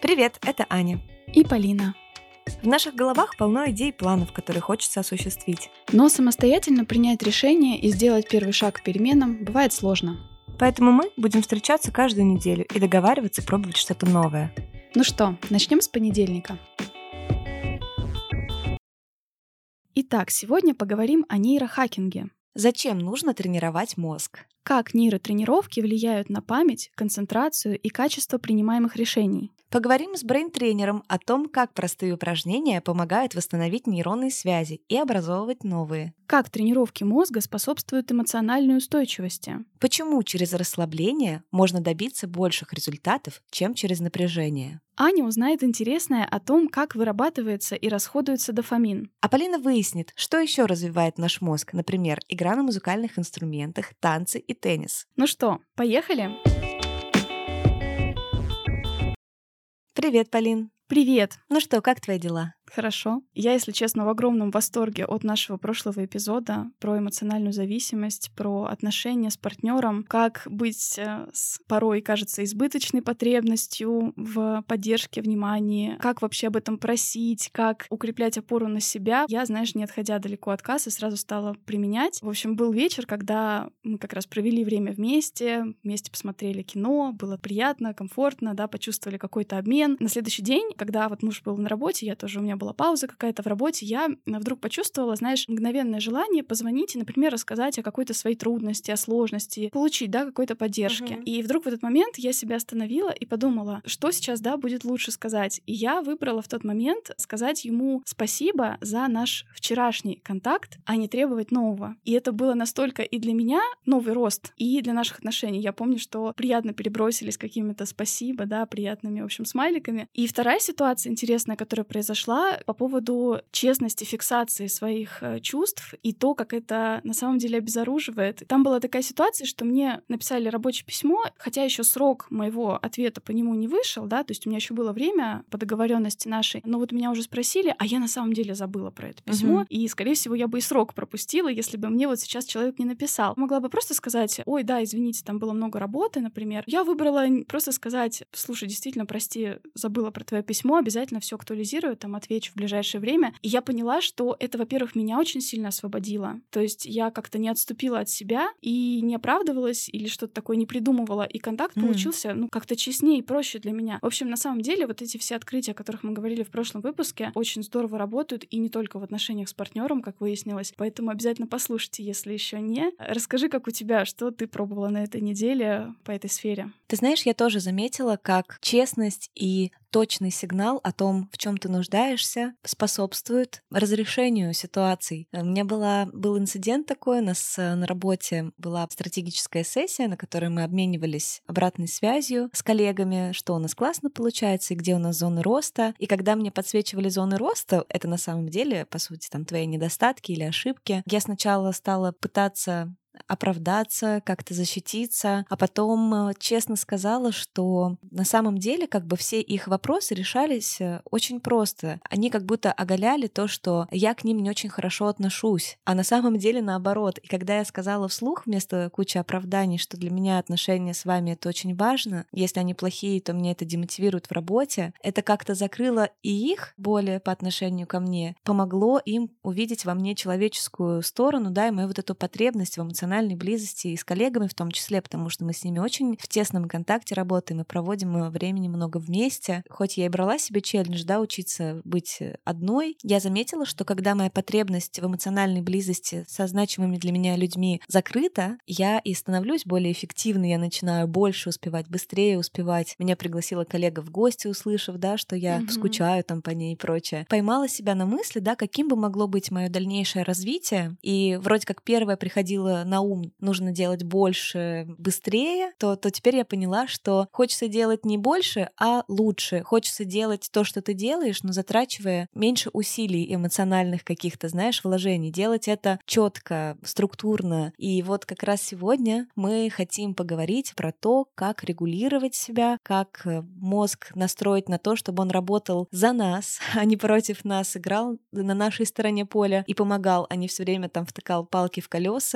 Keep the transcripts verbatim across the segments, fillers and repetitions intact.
Привет, это Аня. И Полина. В наших головах полно идей и планов, которые хочется осуществить. Но самостоятельно принять решение и сделать первый шаг к переменам бывает сложно. Поэтому мы будем встречаться каждую неделю и договариваться пробовать что-то новое. Ну что, начнем с понедельника. Итак, сегодня поговорим о нейрохакинге. Зачем нужно тренировать мозг? Как нейротренировки влияют на память, концентрацию и качество принимаемых решений. Поговорим с брейн-тренером о том, как простые упражнения помогают восстановить нейронные связи и образовывать новые. Как тренировки мозга способствуют эмоциональной устойчивости. Почему через расслабление можно добиться больших результатов, чем через напряжение. Аня узнает интересное о том, как вырабатывается и расходуется дофамин. А Полина выяснит, что еще развивает наш мозг, например, игра на музыкальных инструментах, танцы и теннис. Ну что, поехали? Привет, Полин. Привет! Ну что, как твои дела? Хорошо. Я, если честно, в огромном восторге от нашего прошлого эпизода про эмоциональную зависимость, про отношения с партнером, как быть с порой, кажется, избыточной потребностью в поддержке, внимании, как вообще об этом просить, как укреплять опору на себя. Я, знаешь, не отходя далеко от кассы, сразу стала применять. В общем, был вечер, когда мы как раз провели время вместе, вместе посмотрели кино, было приятно, комфортно, да, почувствовали какой-то обмен. На следующий день, когда вот муж был на работе, я тоже, у меня была пауза какая-то в работе, я вдруг почувствовала, знаешь, мгновенное желание позвонить и, например, рассказать о какой-то своей трудности, о сложности, получить, да, какой-то поддержки. Uh-huh. И вдруг в этот момент я себя остановила и подумала, что сейчас, да, будет лучше сказать. И я выбрала в тот момент сказать ему спасибо за наш вчерашний контакт, а не требовать нового. И это было настолько и для меня новый рост, и для наших отношений. Я помню, что приятно перебросились какими-то спасибо, да, приятными, в общем, смайликами. И вторая ситуация интересная, которая произошла, по поводу честности, фиксации своих чувств и то, как это на самом деле обезоруживает. Там была такая ситуация, что мне написали рабочее письмо, хотя еще срок моего ответа по нему не вышел, да, то есть у меня еще было время по договоренности нашей, но вот меня уже спросили, а я на самом деле забыла про это письмо, uh-huh. и, скорее всего, я бы и срок пропустила, если бы мне вот сейчас человек не написал. Могла бы просто сказать, ой, да, извините, там было много работы, например. Я выбрала просто сказать, слушай, действительно, прости, забыла про твое письмо, обязательно все актуализирую, там отвечу в ближайшее время. И я поняла, что это, во-первых, меня очень сильно освободило. То есть я как-то не отступила от себя и не оправдывалась или что-то такое не придумывала. И контакт mm. получился, ну, как-то честнее и проще для меня. В общем, на самом деле, вот эти все открытия, о которых мы говорили в прошлом выпуске, очень здорово работают и не только в отношениях с партнером, как выяснилось. Поэтому обязательно послушайте, если еще не. Расскажи, как у тебя, что ты пробовала на этой неделе по этой сфере. Ты знаешь, я тоже заметила, как честность и точный сигнал о том, в чем ты нуждаешься, способствует разрешению ситуаций. У меня была, был инцидент такой, у нас на работе была стратегическая сессия, на которой мы обменивались обратной связью с коллегами, что у нас классно получается и где у нас зоны роста. И когда мне подсвечивали зоны роста, это на самом деле, по сути, там твои недостатки или ошибки, я сначала стала пытаться оправдаться, как-то защититься, а потом честно сказала, что на самом деле как бы все их вопросы решались очень просто. Они как будто оголяли то, что я к ним не очень хорошо отношусь, а на самом деле наоборот. И когда я сказала вслух вместо кучи оправданий, что для меня отношения с вами — это очень важно, если они плохие, то мне это демотивирует в работе, это как-то закрыло и их боли по отношению ко мне, помогло им увидеть во мне человеческую сторону, да, и мою вот эту потребность в эмоциональной близости и с коллегами в том числе, потому что мы с ними очень в тесном контакте работаем и проводим времени много вместе. Хоть я и брала себе челлендж, да, учиться быть одной, я заметила, что когда моя потребность в эмоциональной близости со значимыми для меня людьми закрыта, я и становлюсь более эффективной, я начинаю больше успевать, быстрее успевать. Меня пригласила коллега в гости, услышав, да, что я mm-hmm. скучаю там по ней и прочее. Поймала себя на мысли, да, каким бы могло быть мое дальнейшее развитие, и вроде как первое приходило на ум, нужно делать больше, быстрее, то, то теперь я поняла, что хочется делать не больше, а лучше. Хочется делать то, что ты делаешь, но затрачивая меньше усилий эмоциональных каких-то, знаешь, вложений. Делать это четко, структурно. И вот как раз сегодня мы хотим поговорить про то, как регулировать себя, как мозг настроить на то, чтобы он работал за нас, а не против нас, играл на нашей стороне поля и помогал, а не все время там втыкал палки в колеса, прокрастинировал,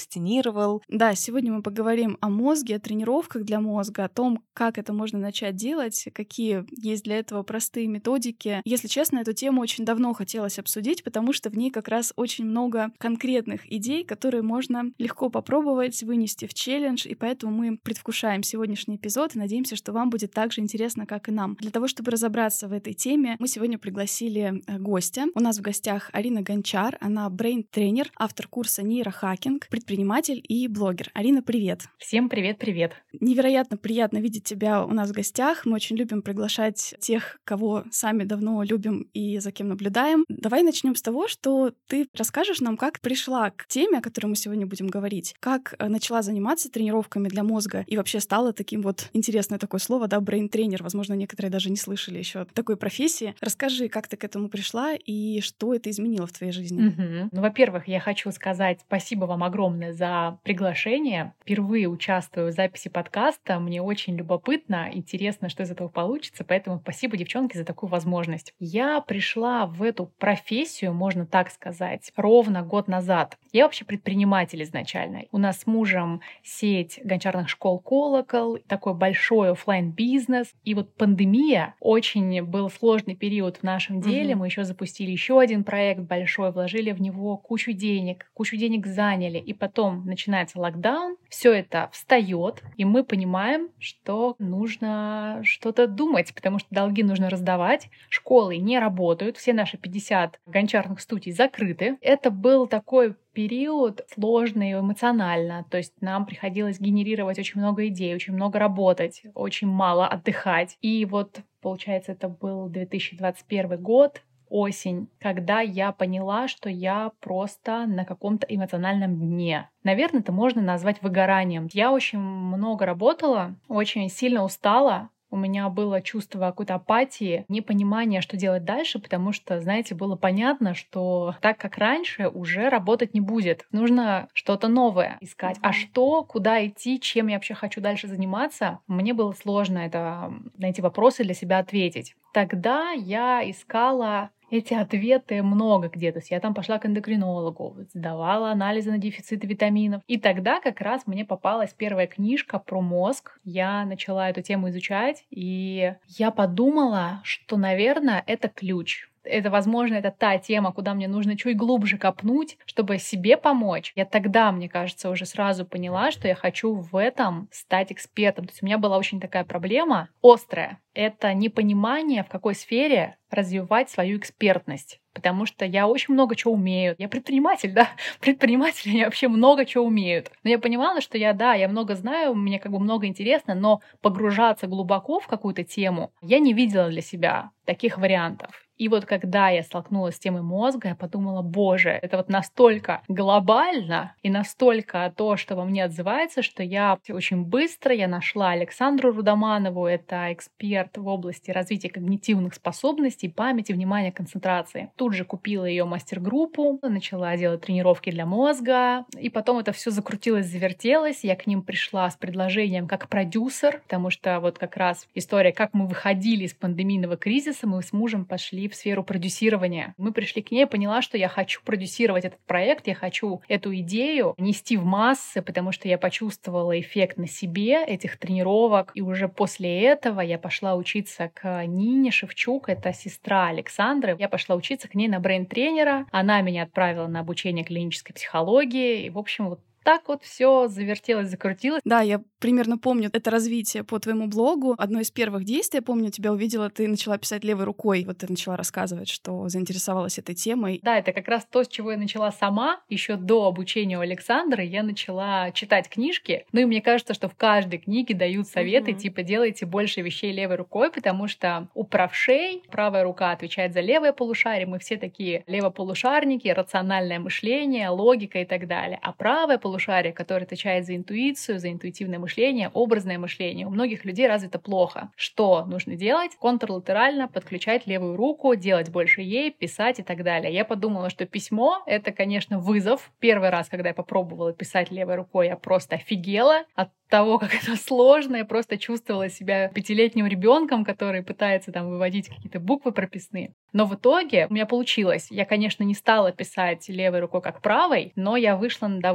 прокрастинировал. Да, сегодня мы поговорим о мозге, о тренировках для мозга, о том, как это можно начать делать, какие есть для этого простые методики. Если честно, эту тему очень давно хотелось обсудить, потому что в ней как раз очень много конкретных идей, которые можно легко попробовать, вынести в челлендж, и поэтому мы предвкушаем сегодняшний эпизод и надеемся, что вам будет так же интересно, как и нам. Для того, чтобы разобраться в этой теме, мы сегодня пригласили гостя. У нас в гостях Арина Гончар, она брейн-тренер, автор курса нейрохакинг, предприниматель и блогер. Арина, привет! Всем привет-привет! Невероятно приятно видеть тебя у нас в гостях. Мы очень любим приглашать тех, кого сами давно любим и за кем наблюдаем. Давай начнем с того, что ты расскажешь нам, как пришла к теме, о которой мы сегодня будем говорить, как начала заниматься тренировками для мозга и вообще стала таким вот, интересное такое слово, да, брейн-тренер. Возможно, некоторые даже не слышали еще такой профессии. Расскажи, как ты к этому пришла и что это изменило в твоей жизни. Угу. Ну, во-первых, я хочу сказать спасибо вам огромное за приглашение. Впервые участвую в записи подкаста. Мне очень любопытно, интересно, что из этого получится. Поэтому спасибо, девчонки, за такую возможность. Я пришла в эту профессию, можно так сказать, ровно год назад. Я вообще предприниматель изначально. У нас с мужем сеть гончарных школ «Колокол», такой большой офлайн-бизнес. И вот пандемия, очень был сложный период в нашем деле. Mm-hmm. Мы еще запустили еще один проект большой, вложили в него кучу денег, кучу денег заняли. И потом начинается локдаун, все это встает, и мы понимаем, что нужно что-то думать, потому что долги нужно раздавать. Школы не работают, все наши пятьдесят гончарных студий закрыты. Это был такой период сложный эмоционально, то есть нам приходилось генерировать очень много идей, очень много работать, очень мало отдыхать. И вот, получается, это был две тысячи двадцать первый год, осень, когда я поняла, что я просто на каком-то эмоциональном дне. Наверное, это можно назвать выгоранием. Я очень много работала, очень сильно устала. У меня было чувство какой-то апатии, непонимания, что делать дальше, потому что, знаете, было понятно, что так, как раньше, уже работать не будет. Нужно что-то новое искать. А что, куда идти, чем я вообще хочу дальше заниматься? Мне было сложно это, на эти вопросы для себя ответить. Тогда я искала эти ответы много где. То есть я там пошла к эндокринологу, сдавала анализы на дефицит витаминов. И тогда как раз мне попалась первая книжка про мозг. Я начала эту тему изучать, и я подумала, что, наверное, это ключ. Это, возможно, это та тема, куда мне нужно чуть глубже копнуть, чтобы себе помочь. Я тогда, мне кажется, уже сразу поняла, что я хочу в этом стать экспертом. То есть у меня была очень такая проблема острая. Это непонимание, в какой сфере развивать свою экспертность. Потому что я очень много чего умею. Я предприниматель, да? Предприниматели, они вообще много чего умеют. Но я понимала, что я, да, я много знаю, мне как бы много интересно, но погружаться глубоко в какую-то тему я не видела для себя таких вариантов. И вот когда я столкнулась с темой мозга, я подумала, боже, это вот настолько глобально и настолько то, что во мне отзывается, что я очень быстро я нашла Александру Рудоманову, это эксперт в области развития когнитивных способностей, памяти, внимания, концентрации. Тут же купила ее мастер-группу, начала делать тренировки для мозга, и потом это все закрутилось, завертелось. Я к ним пришла с предложением как продюсер, потому что вот как раз история, как мы выходили из пандемийного кризиса, мы с мужем пошли в сферу продюсирования. Мы пришли к ней, поняла, что я хочу продюсировать этот проект, я хочу эту идею нести в массы, потому что я почувствовала эффект на себе этих тренировок. И уже после этого я пошла учиться к Нине Шевчук, это сестра Александры. Я пошла учиться к ней на брейн-тренера. Она меня отправила на обучение клинической психологии. И, в общем, вот так вот все завертелось, закрутилось. Да, я примерно помню это развитие по твоему блогу. Одно из первых действий, я помню, тебя увидела, ты начала писать левой рукой. Вот ты начала рассказывать, что заинтересовалась этой темой. Да, это как раз то, с чего я начала сама. Еще до обучения у Александры я начала читать книжки. Ну и мне кажется, что в каждой книге дают советы, mm-hmm. типа делайте больше вещей левой рукой, потому что у правшей правая рука отвечает за левое полушарие. Мы все такие левополушарники, рациональное мышление, логика и так далее. А правое полушарие полушарие, которое отвечает за интуицию, за интуитивное мышление, образное мышление. У многих людей развито плохо. Что нужно делать? Контрлатерально подключать левую руку, делать больше ей, писать и так далее. Я подумала, что письмо — это, конечно, вызов. Первый раз, когда я попробовала писать левой рукой, я просто офигела от того, как это сложно. Я просто чувствовала себя пятилетним ребенком, который пытается там выводить какие-то буквы прописные. Но в итоге у меня получилось. Я, конечно, не стала писать левой рукой как правой, но я вышла на довольно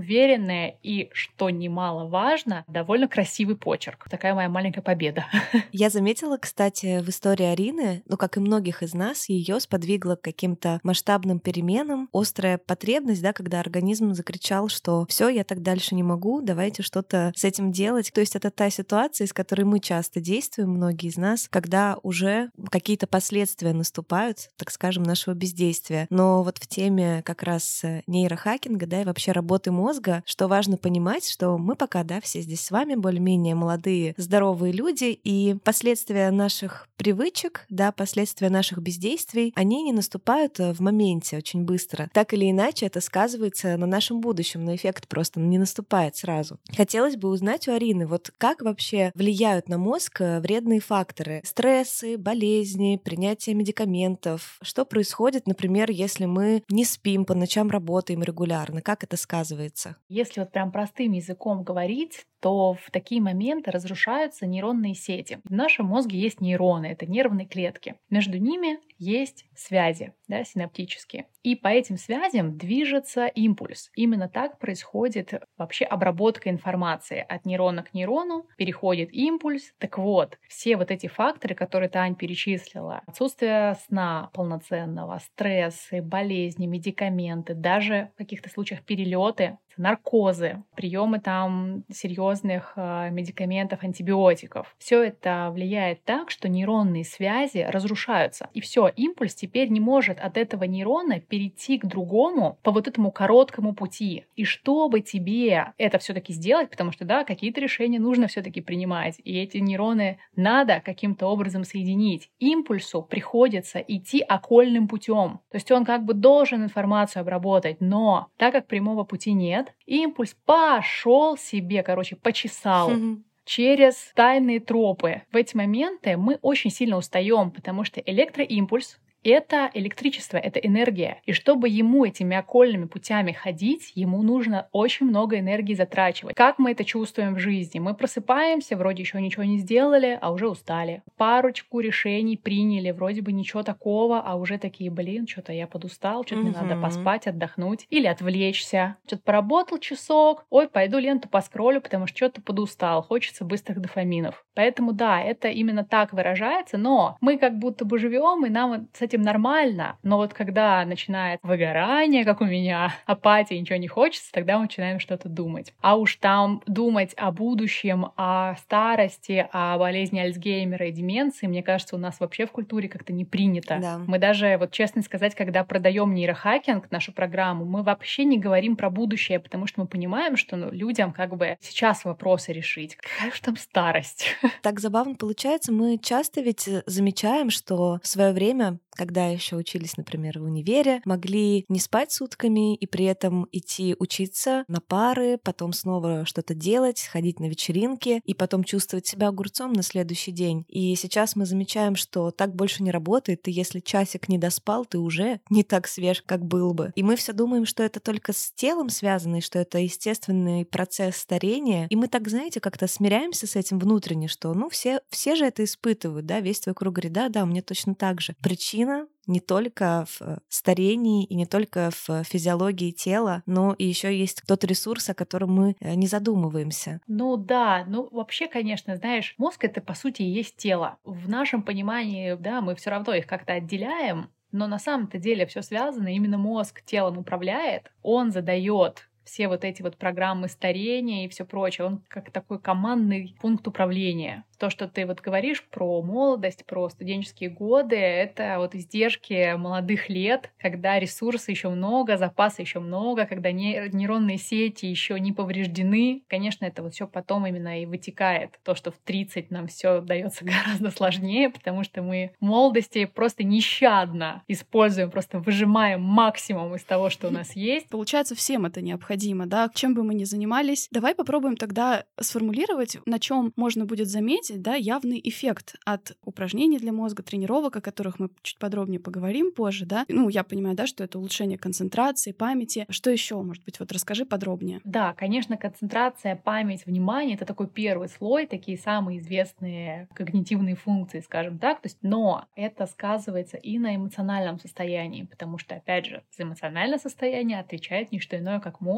уверенное и, что немаловажно, довольно красивый почерк. Такая моя маленькая победа. Я заметила, кстати, в истории Арины, ну, как и многих из нас, ее сподвигло к каким-то масштабным переменам, острая потребность, да, когда организм закричал, что все, я так дальше не могу, давайте что-то с этим делать. То есть это та ситуация, из которой мы часто действуем, многие из нас, когда уже какие-то последствия наступают, так скажем, нашего бездействия. Но вот в теме как раз нейрохакинга, да, и вообще работы мозга, что важно понимать, что мы пока, да, все здесь с вами более-менее молодые, здоровые люди, и последствия наших привычек, да, последствия наших бездействий, они не наступают в моменте очень быстро. Так или иначе, это сказывается на нашем будущем, но эффект просто не наступает сразу. Хотелось бы узнать у Арины, вот как вообще влияют на мозг вредные факторы? Стрессы, болезни, принятие медикаментов. Что происходит, например, если мы не спим, по ночам работаем регулярно? Как это сказывается? Если вот прям простым языком говорить, то в такие моменты разрушаются нейронные сети. В нашем мозге есть нейроны, это нервные клетки. Между ними есть связи, да, синаптические. И по этим связям движется импульс. Именно так происходит вообще обработка информации. От нейрона к нейрону переходит импульс. Так вот, все вот эти факторы, которые Тань перечислила, отсутствие сна полноценного, стрессы, болезни, медикаменты, даже в каких-то случаях перелеты, наркозы, приемы там серьезных э, медикаментов, антибиотиков. Все это влияет так, что нейронные связи разрушаются. И все, импульс теперь не может от этого нейрона перейти к другому по вот этому короткому пути. И чтобы тебе это все-таки сделать, потому что, да, какие-то решения нужно все-таки принимать, и эти нейроны надо каким-то образом соединить. Импульсу приходится идти окольным путем. То есть он как бы должен информацию обработать, но так как прямого пути нет, импульс пошел себе, короче, почесал. Mm-hmm. Через тайные тропы. В эти моменты мы очень сильно устаем, потому что электроимпульс — это электричество, это энергия. И чтобы ему этими окольными путями ходить, ему нужно очень много энергии затрачивать. Как мы это чувствуем в жизни? Мы просыпаемся, вроде еще ничего не сделали, а уже устали. Парочку решений приняли, вроде бы ничего такого, а уже такие, блин, что-то я подустал, что-то мне надо поспать, отдохнуть или отвлечься. Что-то поработал часок, ой, пойду ленту поскроллю, потому что что-то подустал, хочется быстрых дофаминов. Поэтому да, это именно так выражается, но мы как будто бы живем, и нам с этим нормально, но вот когда начинает выгорание, как у меня, апатия, ничего не хочется, тогда мы начинаем что-то думать. А уж там думать о будущем, о старости, о болезни Альцгеймера и деменции, мне кажется, у нас вообще в культуре как-то не принято. Да. Мы даже, вот честно сказать, когда продаем нейрохакинг, нашу программу, мы вообще не говорим про будущее, потому что мы понимаем, что ну, людям как бы сейчас вопросы решить. Какая же там старость? Так забавно получается, мы часто ведь замечаем, что в свое время, когда еще учились, например, в универе, могли не спать сутками и при этом идти учиться на пары, потом снова что-то делать, ходить на вечеринки и потом чувствовать себя огурцом на следующий день. И сейчас мы замечаем, что так больше не работает, и если часик не доспал, ты уже не так свеж, как был бы. И мы все думаем, что это только с телом связано, и что это естественный процесс старения. И мы так, знаете, как-то смиряемся с этим внутренне, что ну все, все же это испытывают, да, весь твой круг говорит, да, да, у меня точно так же. Причина не только в старении и не только в физиологии тела, но и еще есть тот ресурс, о котором мы не задумываемся. Ну да, ну вообще, конечно, знаешь, мозг — это по сути и есть тело. В нашем понимании, да, мы все равно их как-то отделяем, но на самом-то деле все связано, именно мозг телом управляет, он задает все вот эти вот программы старения и все прочее, он как такой командный пункт управления. То, что ты вот говоришь про молодость, про студенческие годы, это вот издержки молодых лет, когда ресурсов еще много, запаса еще много, когда нейронные сети еще не повреждены. Конечно, это вот все потом именно и вытекает. То, что в тридцать нам все дается гораздо сложнее, потому что мы в молодости просто нещадно используем, просто выжимаем максимум из того, что у нас есть. Получается, всем это необходимо, да? Чем бы мы ни занимались. Давай попробуем тогда сформулировать, на чем можно будет заметить, да, явный эффект от упражнений для мозга, тренировок, о которых мы чуть подробнее поговорим позже, да. Ну, я понимаю, да, что это улучшение концентрации, памяти. Что еще, может быть, вот расскажи подробнее. Да, конечно, концентрация, память, внимание — это такой первый слой, такие самые известные когнитивные функции, скажем так. То есть, но это сказывается и на эмоциональном состоянии, потому что, опять же, за эмоциональное состояние отвечает не что иное, как мозг.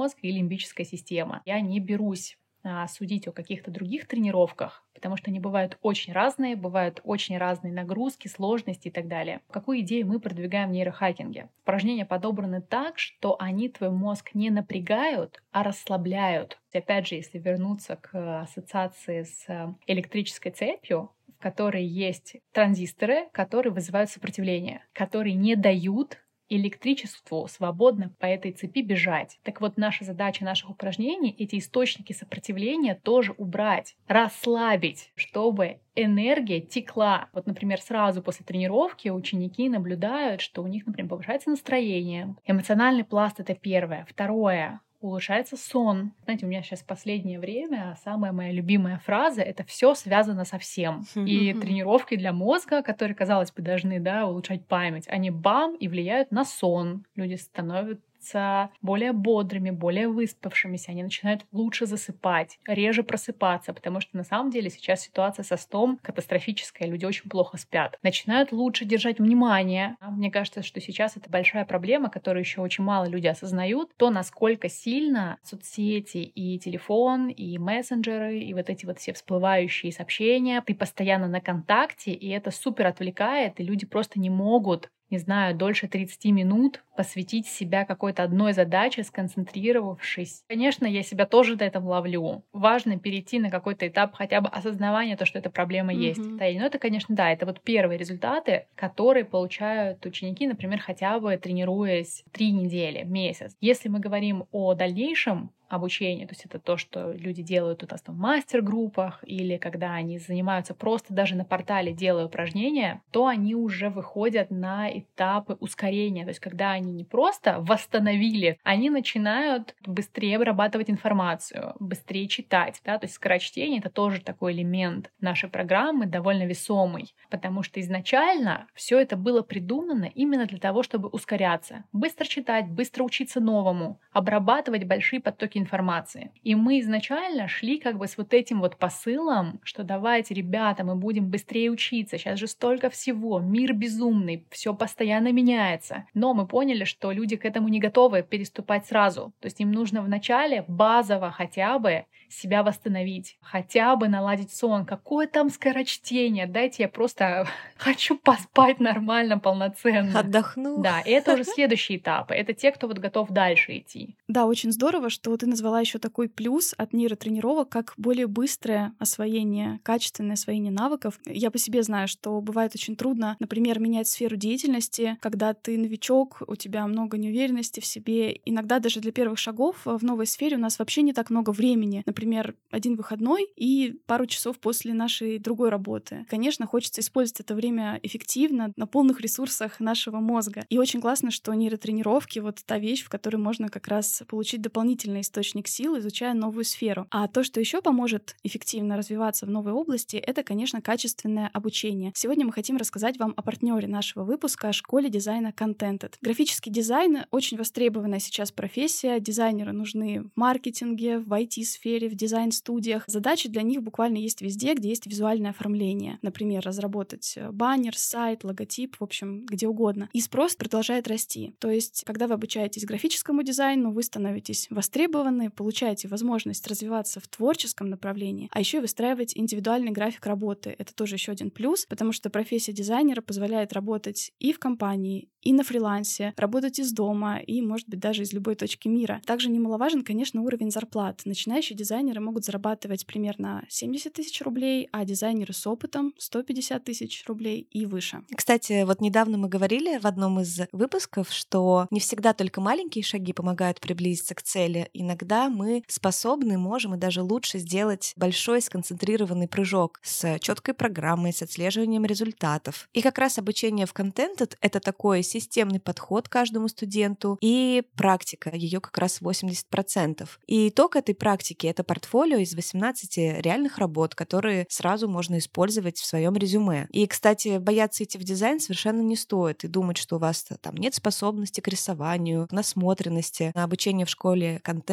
мозг и лимбическая система. Я не берусь судить о каких-то других тренировках, потому что они бывают очень разные, бывают очень разные нагрузки, сложности и так далее. Какую идею мы продвигаем в нейрохакинге? Упражнения подобраны так, что они твой мозг не напрягают, а расслабляют. И опять же, если вернуться к ассоциации с электрической цепью, в которой есть транзисторы, которые вызывают сопротивление, которые не дают электричеству свободно по этой цепи бежать. Так вот, наша задача наших упражнений — эти источники сопротивления тоже убрать, расслабить, чтобы энергия текла. Вот, например, сразу после тренировки ученики наблюдают, что у них, например, повышается настроение. Эмоциональный пласт — это первое. Второе — улучшается сон. Знаете, у меня сейчас в последнее время самая моя любимая фраза — это все связано со всем. И тренировки для мозга, которые, казалось бы, должны, да, улучшать память, они бам и влияют на сон. Люди становятся более бодрыми, более выспавшимися, они начинают лучше засыпать, реже просыпаться, потому что на самом деле сейчас ситуация со сном катастрофическая, люди очень плохо спят. Начинают лучше держать внимание. Мне кажется, что сейчас это большая проблема, которую еще очень мало люди осознают, то, насколько сильно соцсети и телефон, и мессенджеры, и вот эти вот все всплывающие сообщения, ты постоянно на контакте, и это супер отвлекает, и люди просто не могут, не знаю, дольше тридцати минут посвятить себя какой-то одной задаче, сконцентрировавшись. Конечно, я себя тоже до этого ловлю. Важно перейти на какой-то этап хотя бы осознавания того, что эта проблема mm-hmm. есть. Да, но это, конечно, да, это вот первые результаты, которые получают ученики, например, хотя бы тренируясь три недели, месяц. Если мы говорим о дальнейшем обучение, то есть это то, что люди делают у нас там в мастер-группах, или когда они занимаются просто даже на портале, делая упражнения, то они уже выходят на этапы ускорения. То есть когда они не просто восстановили, они начинают быстрее обрабатывать информацию, быстрее читать. Да? То есть скорочтение — это тоже такой элемент нашей программы, довольно весомый, потому что изначально все это было придумано именно для того, чтобы ускоряться, быстро читать, быстро учиться новому, обрабатывать большие потоки информации. И мы изначально шли как бы с вот этим вот посылом, что давайте, ребята, мы будем быстрее учиться, сейчас же столько всего, мир безумный, все постоянно меняется. Но мы поняли, что люди к этому не готовы переступать сразу. То есть им нужно вначале базово хотя бы себя восстановить, хотя бы наладить сон. Какое там скорочтение? Дайте я просто хочу поспать нормально, полноценно. Отдохну. Да, и это уже следующий этап. Это те, кто вот готов дальше идти. Да, очень здорово, что ты назвала еще такой плюс от нейротренировок, как более быстрое освоение, качественное освоение навыков. Я по себе знаю, что бывает очень трудно, например, менять сферу деятельности, когда ты новичок, у тебя много неуверенности в себе. Иногда даже для первых шагов в новой сфере у нас вообще не так много времени. Например, один выходной и пару часов после нашей другой работы. Конечно, хочется использовать это время эффективно, на полных ресурсах нашего мозга. И очень классно, что нейротренировки — вот та вещь, в которой можно как раз получить дополнительный источник сил, изучая новую сферу. А то, что еще поможет эффективно развиваться в новой области, это, конечно, качественное обучение. Сегодня мы хотим рассказать вам о партнере нашего выпуска, о школе дизайна Contented. Графический дизайн — очень востребованная сейчас профессия. Дизайнеры нужны в маркетинге, в ай ти-сфере, в дизайн-студиях. Задачи для них буквально есть везде, где есть визуальное оформление. Например, разработать баннер, сайт, логотип, в общем, где угодно. И спрос продолжает расти. То есть, когда вы обучаетесь графическому дизайну, вы становитесь востребованы, получаете возможность развиваться в творческом направлении, а еще и выстраивать индивидуальный график работы. Это тоже еще один плюс, потому что профессия дизайнера позволяет работать и в компании, и на фрилансе, работать из дома и, может быть, даже из любой точки мира. Также немаловажен, конечно, уровень зарплат. Начинающие дизайнеры могут зарабатывать примерно семьдесят тысяч рублей, а дизайнеры с опытом — сто пятьдесят тысяч рублей и выше. Кстати, вот недавно мы говорили в одном из выпусков, что не всегда только маленькие шаги помогают приблизиться к цели. Иногда мы способны, можем и даже лучше сделать большой сконцентрированный прыжок с четкой программой, с отслеживанием результатов. И как раз обучение в Contented — это такой системный подход к каждому студенту, и практика, ее как раз восемьдесят процентов. И итог этой практики — это портфолио из восемнадцати реальных работ, которые сразу можно использовать в своем резюме. И, кстати, бояться идти в дизайн совершенно не стоит и думать, что у вас там нет способности к рисованию, к насмотренности. На обучение в школе Contented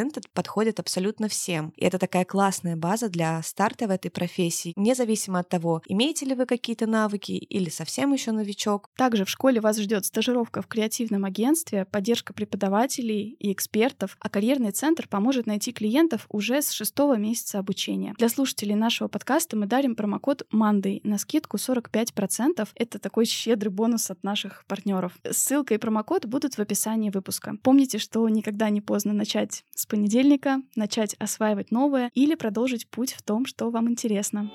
инструмент подходит абсолютно всем. И это такая классная база для старта в этой профессии, независимо от того, имеете ли вы какие-то навыки или совсем еще новичок. Также в школе вас ждет стажировка в креативном агентстве, поддержка преподавателей и экспертов, а карьерный центр поможет найти клиентов уже с шестого месяца обучения. Для слушателей нашего подкаста мы дарим промокод Monday на скидку сорок пять процентов. Это такой щедрый бонус от наших партнеров. Ссылка и промокод будут в описании выпуска. Помните, что никогда не поздно начать с понедельника, начать осваивать новое или продолжить путь в том, что вам интересно.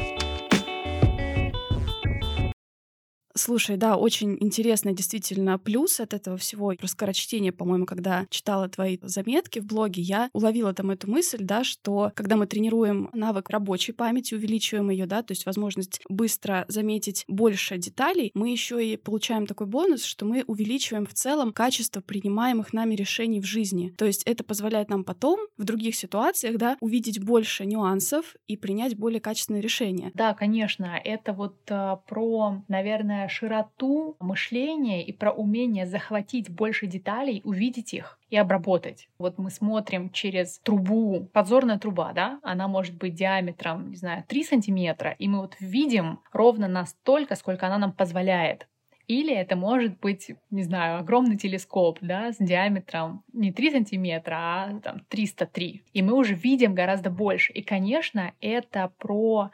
Слушай, да, очень интересно действительно плюс от этого всего. Про скорочтение, по-моему, когда читала твои заметки в блоге, я уловила там эту мысль, да, что когда мы тренируем навык рабочей памяти, увеличиваем ее, да, то есть возможность быстро заметить больше деталей, мы еще и получаем такой бонус, что мы увеличиваем в целом качество принимаемых нами решений в жизни. То есть это позволяет нам потом в других ситуациях, да, увидеть больше нюансов и принять более качественные решения. Да, конечно, это вот а, про, наверное, широту мышления и про умение захватить больше деталей, увидеть их и обработать. Вот мы смотрим через трубу, подзорная труба, да, она может быть диаметром, не знаю, три сантиметра, и мы вот видим ровно настолько, сколько она нам позволяет. Или это может быть, не знаю, огромный телескоп, да, с диаметром не три сантиметра, а там триста три. И мы уже видим гораздо больше. И, конечно, это про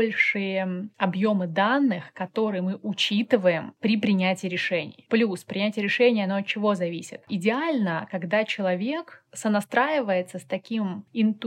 большие объемы данных, которые мы учитываем при принятии решений. Плюс принятие решения, оно от чего зависит? Идеально, когда человек сонастраивается с таким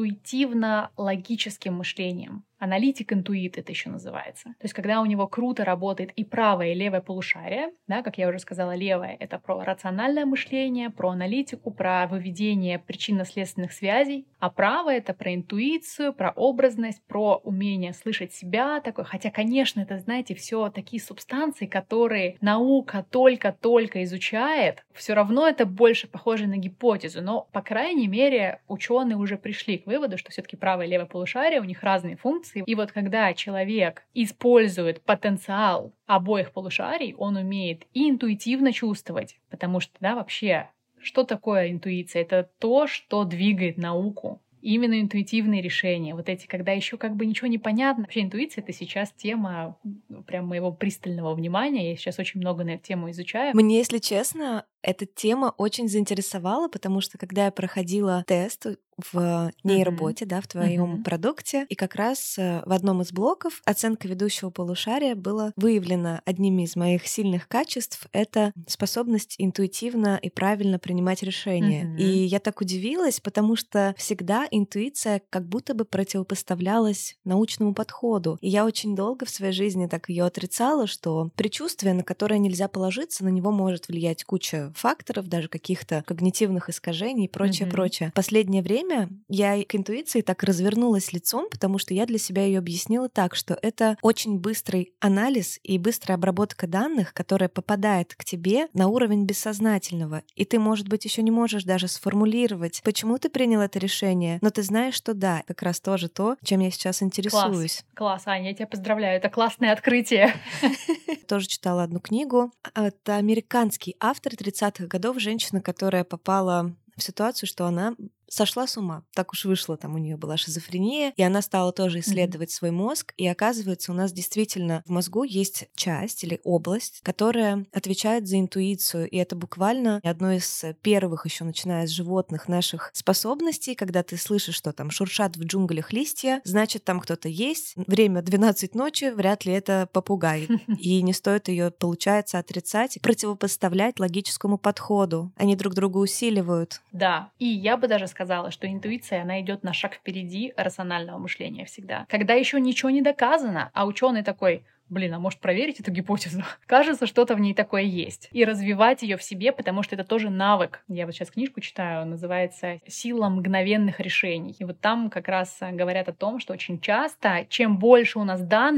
интуитивно-логическим мышлением. Аналитик-интуит это еще называется. То есть когда у него круто работает и правое, и левое полушарие, да, как я уже сказала, левое — это про рациональное мышление, про аналитику, про выведение причинно-следственных связей, а правое — это про интуицию, про образность, про умение слышать себя. Такое. Хотя, конечно, это, знаете, все такие субстанции, которые наука только-только изучает. Все равно это больше похоже на гипотезу, но, по крайней мере, ученые уже пришли к выводу, что все-таки правое и левое полушарие, у них разные функции. И вот когда человек использует потенциал обоих полушарий, он умеет и интуитивно чувствовать, потому что, да, вообще, что такое интуиция? Это то, что двигает науку. Именно интуитивные решения. Вот эти, когда еще как бы ничего не понятно. Вообще интуиция — это сейчас тема прям моего пристального внимания. Я сейчас очень много на эту тему изучаю. Мне, если честно, эта тема очень заинтересовала, потому что когда я проходила тест в нейроботе, uh-huh. да, в твоем uh-huh. продукте, и как раз в одном из блоков оценка ведущего полушария была выявлена одним из моих сильных качеств — это способность интуитивно и правильно принимать решения. Uh-huh. И я так удивилась, потому что всегда интуиция как будто бы противопоставлялась научному подходу. И я очень долго в своей жизни так ее отрицала, что предчувствие, на которое нельзя положиться, на него может влиять куча факторов, даже каких-то когнитивных искажений и прочее, uh-huh. прочее. В последнее время я к интуиции так развернулась лицом, потому что я для себя ее объяснила так, что это очень быстрый анализ и быстрая обработка данных, которая попадает к тебе на уровень бессознательного. И ты, может быть, еще не можешь даже сформулировать, почему ты принял это решение, но ты знаешь, что да, как раз тоже то, чем я сейчас интересуюсь. Класс, Класс, Аня, я тебя поздравляю, это классное открытие. Тоже читала одну книгу. Это американский автор тридцатых годов, женщина, которая попала в ситуацию, что она сошла с ума. Так уж вышло, там у нее была шизофрения, и она стала тоже исследовать mm-hmm. свой мозг, и оказывается, у нас действительно в мозгу есть часть или область, которая отвечает за интуицию, и это буквально одно из первых, еще начиная с животных, наших способностей, когда ты слышишь, что там шуршат в джунглях листья, значит, там кто-то есть, время двенадцать ночи, вряд ли это попугай, и не стоит ее, получается, отрицать, противопоставлять логическому подходу. Они друг друга усиливают. Да, и я бы даже сказала, сказала, что интуиция, она идет на шаг впереди рационального мышления всегда. Когда еще ничего не доказано, а ученый такой: блин, а может проверить эту гипотезу? Кажется, что-то в ней такое есть. И развивать ее в себе, потому что это тоже навык. Я вот сейчас книжку читаю, называется «Сила мгновенных решений». И вот там как раз говорят о том, что очень часто, чем больше у нас данных,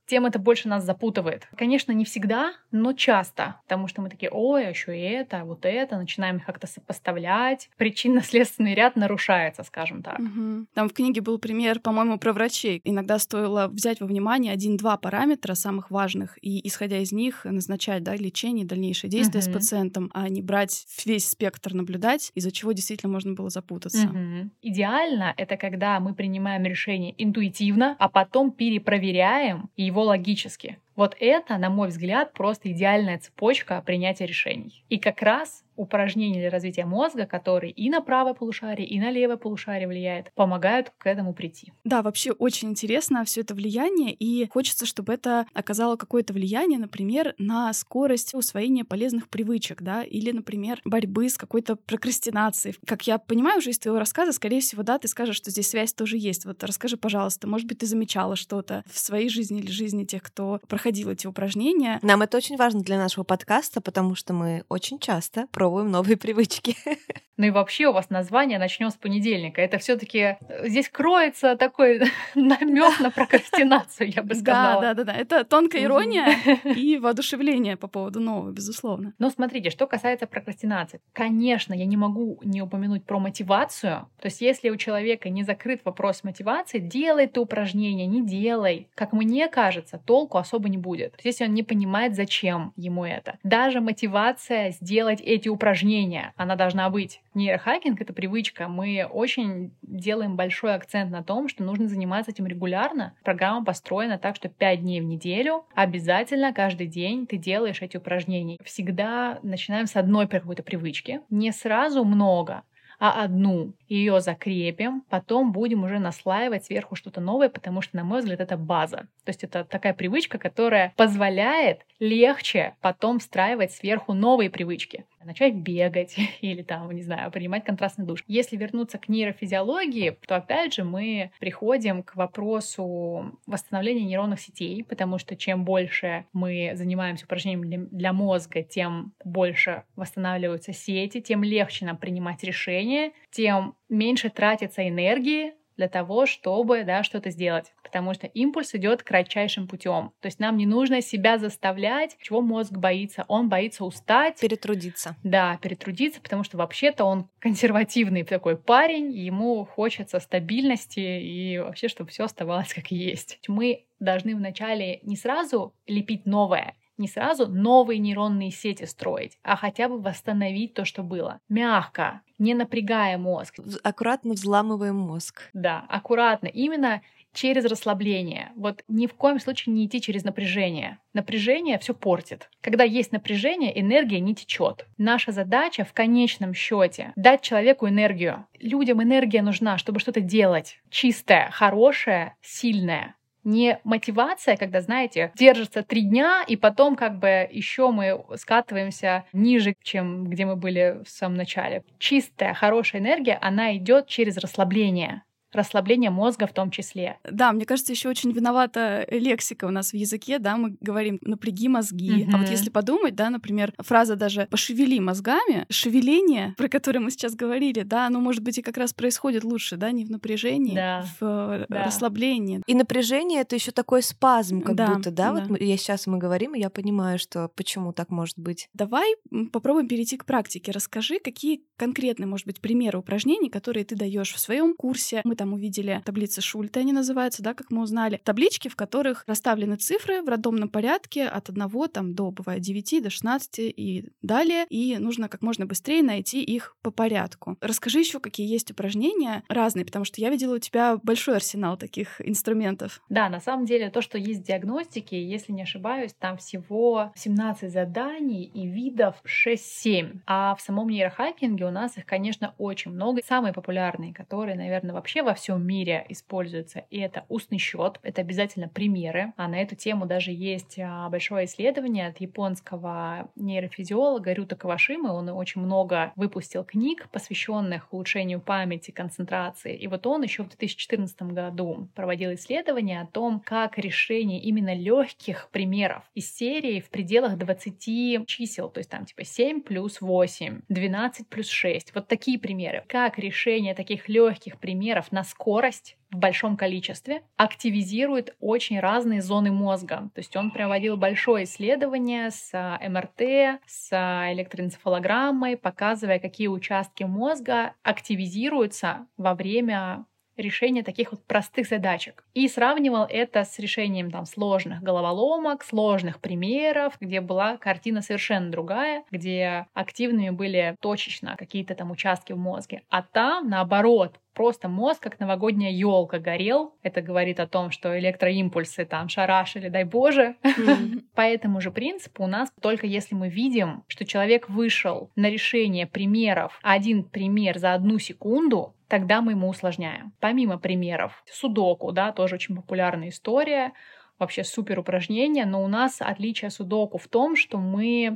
тем это больше нас запутывает. Конечно, не всегда, но часто, потому что мы такие: ой, а еще и это, вот это, начинаем их как-то сопоставлять. Причинно-следственный ряд нарушается, скажем так. Угу. Там в книге был пример, по-моему, про врачей. Иногда стоило взять во внимание один-два параметра самых важных и, исходя из них, назначать, да, лечение, дальнейшие действия угу. с пациентом, а не брать весь спектр, наблюдать, из-за чего действительно можно было запутаться. Угу. Идеально — это когда мы принимаем решение интуитивно, а потом перепроверяем его логически. Вот это, на мой взгляд, просто идеальная цепочка принятия решений. И как раз упражнения для развития мозга, которые и на правое полушарие, и на левое полушарие влияют, помогают к этому прийти. Да, вообще очень интересно все это влияние, и хочется, чтобы это оказало какое-то влияние, например, на скорость усвоения полезных привычек, да, или, например, борьбы с какой-то прокрастинацией. Как я понимаю уже из твоего рассказа, скорее всего, да, ты скажешь, что здесь связь тоже есть. Вот расскажи, пожалуйста, может быть, ты замечала что-то в своей жизни или жизни тех, кто проходил эти упражнения? Нам это очень важно для нашего подкаста, потому что мы очень часто пробуем новые привычки. Ну и вообще у вас название «Начнем с понедельника». Это все-таки здесь кроется такой намек на прокрастинацию, я бы сказала. Да, да, да, да. Это тонкая ирония и воодушевление по поводу нового, безусловно. Но смотрите, что касается прокрастинации. Конечно, я не могу не упомянуть про мотивацию. То есть если у человека не закрыт вопрос мотивации, делай ты упражнение, не делай. Как мне кажется, толку особо не будет. То есть если он не понимает, зачем ему это. Даже мотивация сделать эти упражнения, она должна быть. Нейрохакинг — это привычка. Мы очень делаем большой акцент на том, что нужно заниматься этим регулярно. Программа построена так, что пять дней в неделю обязательно каждый день ты делаешь эти упражнения. Всегда начинаем с одной какой-то привычки. Не сразу много, а одну. Ее закрепим, потом будем уже наслаивать сверху что-то новое, потому что, на мой взгляд, это база. То есть это такая привычка, которая позволяет легче потом встраивать сверху новые привычки. Начать бегать или там, не знаю, принимать контрастный душ. Если вернуться к нейрофизиологии, то опять же мы приходим к вопросу восстановления нейронных сетей, потому что чем больше мы занимаемся упражнениями для мозга, тем больше восстанавливаются сети, тем легче нам принимать решения, тем меньше тратится энергии для того, чтобы, да, что-то сделать. Потому что импульс идет кратчайшим путем. То есть нам не нужно себя заставлять, чего мозг боится. Он боится устать. Перетрудиться. Да, перетрудиться, потому что вообще-то он консервативный такой парень, ему хочется стабильности и вообще, чтобы все оставалось как есть. Мы должны вначале не сразу лепить новое, не сразу новые нейронные сети строить, а хотя бы восстановить то, что было. Мягко, не напрягая мозг. Аккуратно взламываем мозг. Да, аккуратно. Именно через расслабление. Вот ни в коем случае не идти через напряжение. Напряжение все портит. Когда есть напряжение, энергия не течет. Наша задача в конечном счете дать человеку энергию. Людям энергия нужна, чтобы что-то делать. Чистая, хорошая, сильная. Не мотивация, когда, знаете, держится три дня, и потом как бы еще мы скатываемся ниже, чем где мы были в самом начале. Чистая, хорошая энергия, она идет через расслабление. Расслабление мозга в том числе. Да, мне кажется, еще очень виновата лексика у нас в языке, да, мы говорим «напряги мозги», mm-hmm. а вот если подумать, да, например, фраза даже «пошевели мозгами», шевеление, про которое мы сейчас говорили, да, оно, может быть, и как раз происходит лучше, да, не в напряжении, да. в да. расслаблении. И напряжение — это еще такой спазм, как да, будто, да, да. вот мы, я сейчас мы говорим, и я понимаю, что почему так может быть. Давай попробуем перейти к практике. Расскажи, какие конкретные, может быть, примеры упражнений, которые ты даешь в своем курсе. Мы там увидели таблицы Шульта, они называются, да, как мы узнали. Таблички, в которых расставлены цифры в рандомном порядке от одного там, до, бывает, девяти, до шестнадцати и далее. И нужно как можно быстрее найти их по порядку. Расскажи еще, какие есть упражнения разные, потому что я видела у тебя большой арсенал таких инструментов. Да, на самом деле то, что есть в диагностике, если не ошибаюсь, там всего семнадцать заданий и видов шесть-семь. А в самом нейрохакинге у нас их, конечно, очень много. Самые популярные, которые, наверное, вообще во всем мире используются, и это устный счет, это обязательно примеры. А на эту тему даже есть большое исследование от японского нейрофизиолога Рюта Кавашимы. Он очень много выпустил книг, посвященных улучшению памяти, концентрации. И вот он еще в две тысячи четырнадцатом году проводил исследование о том, как решение именно легких примеров из серии в пределах двадцати чисел, то есть там типа семь плюс восемь, двенадцать плюс шесть, вот такие примеры. Как решение таких легких примеров на скорость в большом количестве активизирует очень разные зоны мозга. То есть он проводил большое исследование с эм эр тэ, с электроэнцефалограммой, показывая, какие участки мозга активизируются во время решения таких вот простых задачек. И сравнивал это с решением там сложных головоломок, сложных примеров, где была картина совершенно другая, где активными были точечно какие-то там участки в мозге. А там, наоборот, просто мозг, как новогодняя елка, горел. Это говорит о том, что электроимпульсы там шарашили, дай Боже. Mm-hmm. По этому же принципу у нас только если мы видим, что человек вышел на решение примеров, один пример за одну секунду, тогда мы ему усложняем. Помимо примеров, судоку, да, тоже очень популярная история, вообще супер упражнение, но у нас отличие судоку в том, что мы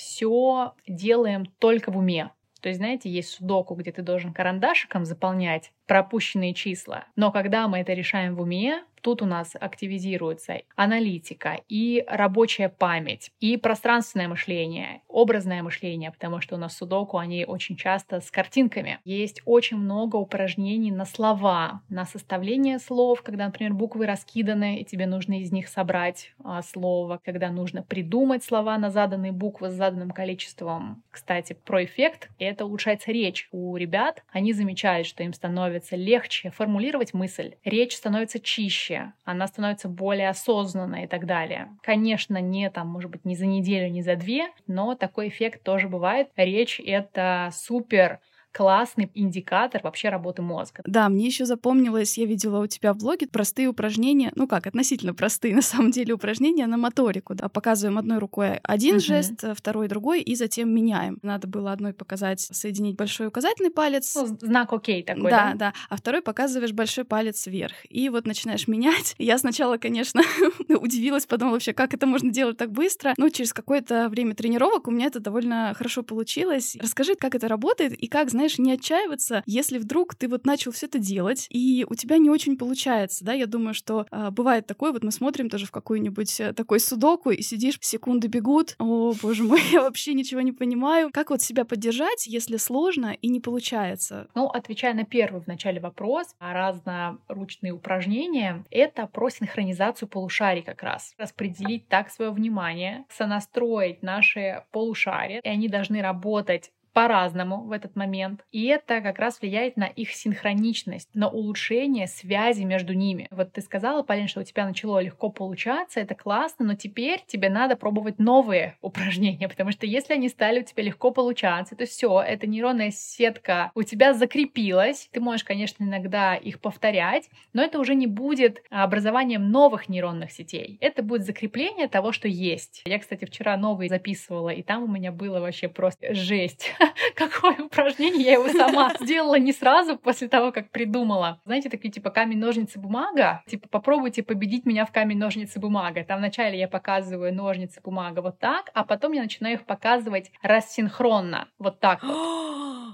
все делаем только в уме. То есть, знаете, есть судоку, где ты должен карандашиком заполнять пропущенные числа, но когда мы это решаем в уме, тут у нас активизируется аналитика и рабочая память, и пространственное мышление, образное мышление, потому что у нас судоку, они очень часто с картинками. Есть очень много упражнений на слова, на составление слов, когда, например, буквы раскиданы, и тебе нужно из них собрать а, слово, когда нужно придумать слова на заданные буквы с заданным количеством. Кстати, про эффект, и это улучшается речь. У ребят, они замечают, что им становится легче формулировать мысль, речь становится чище, она становится более осознанной и так далее. Конечно, не там, может быть, не за неделю, не за две, но такой эффект тоже бывает. Речь — это супер классный индикатор вообще работы мозга. Да, мне еще запомнилось, я видела у тебя в блоге простые упражнения, ну как, относительно простые на самом деле упражнения на моторику. Да. Показываем одной рукой один uh-huh. жест, второй другой, и затем меняем. Надо было одной показать, соединить большой и указательный палец. Ну, знак окей такой, да? Да, да. А второй показываешь большой палец вверх. И вот начинаешь менять. Я сначала, конечно, удивилась, подумала вообще, как это можно делать так быстро. Но через какое-то время тренировок у меня это довольно хорошо получилось. Расскажи, как это работает и как, знаешь, не отчаиваться, если вдруг ты вот начал все это делать, и у тебя не очень получается, да, я думаю, что э, бывает такое, вот мы смотрим тоже в какую-нибудь э, такой судоку, и сидишь, секунды бегут, о, боже мой, я вообще ничего не понимаю. Как вот себя поддержать, если сложно и не получается? Ну, отвечая на первый в начале вопрос, разноручные упражнения, это про синхронизацию полушарий как раз. Распределить так свое внимание, сонастроить наши полушария, и они должны работать по-разному в этот момент. И это как раз влияет на их синхроничность, на улучшение связи между ними. Вот ты сказала, Полин, что у тебя начало легко получаться, это классно, но теперь тебе надо пробовать новые упражнения, потому что если они стали у тебя легко получаться, то все, эта нейронная сетка у тебя закрепилась. Ты можешь, конечно, иногда их повторять, но это уже не будет образованием новых нейронных сетей. Это будет закрепление того, что есть. Я, кстати, вчера новый записывала, и там у меня было вообще просто жесть. Какое упражнение, я его сама сделала не сразу после того, как придумала. Знаете, такие типа камень, ножницы, бумага. Типа попробуйте победить меня в камень, ножницы, бумага. Там вначале я показываю ножницы, бумага вот так, а потом я начинаю их показывать рассинхронно. Вот так вот.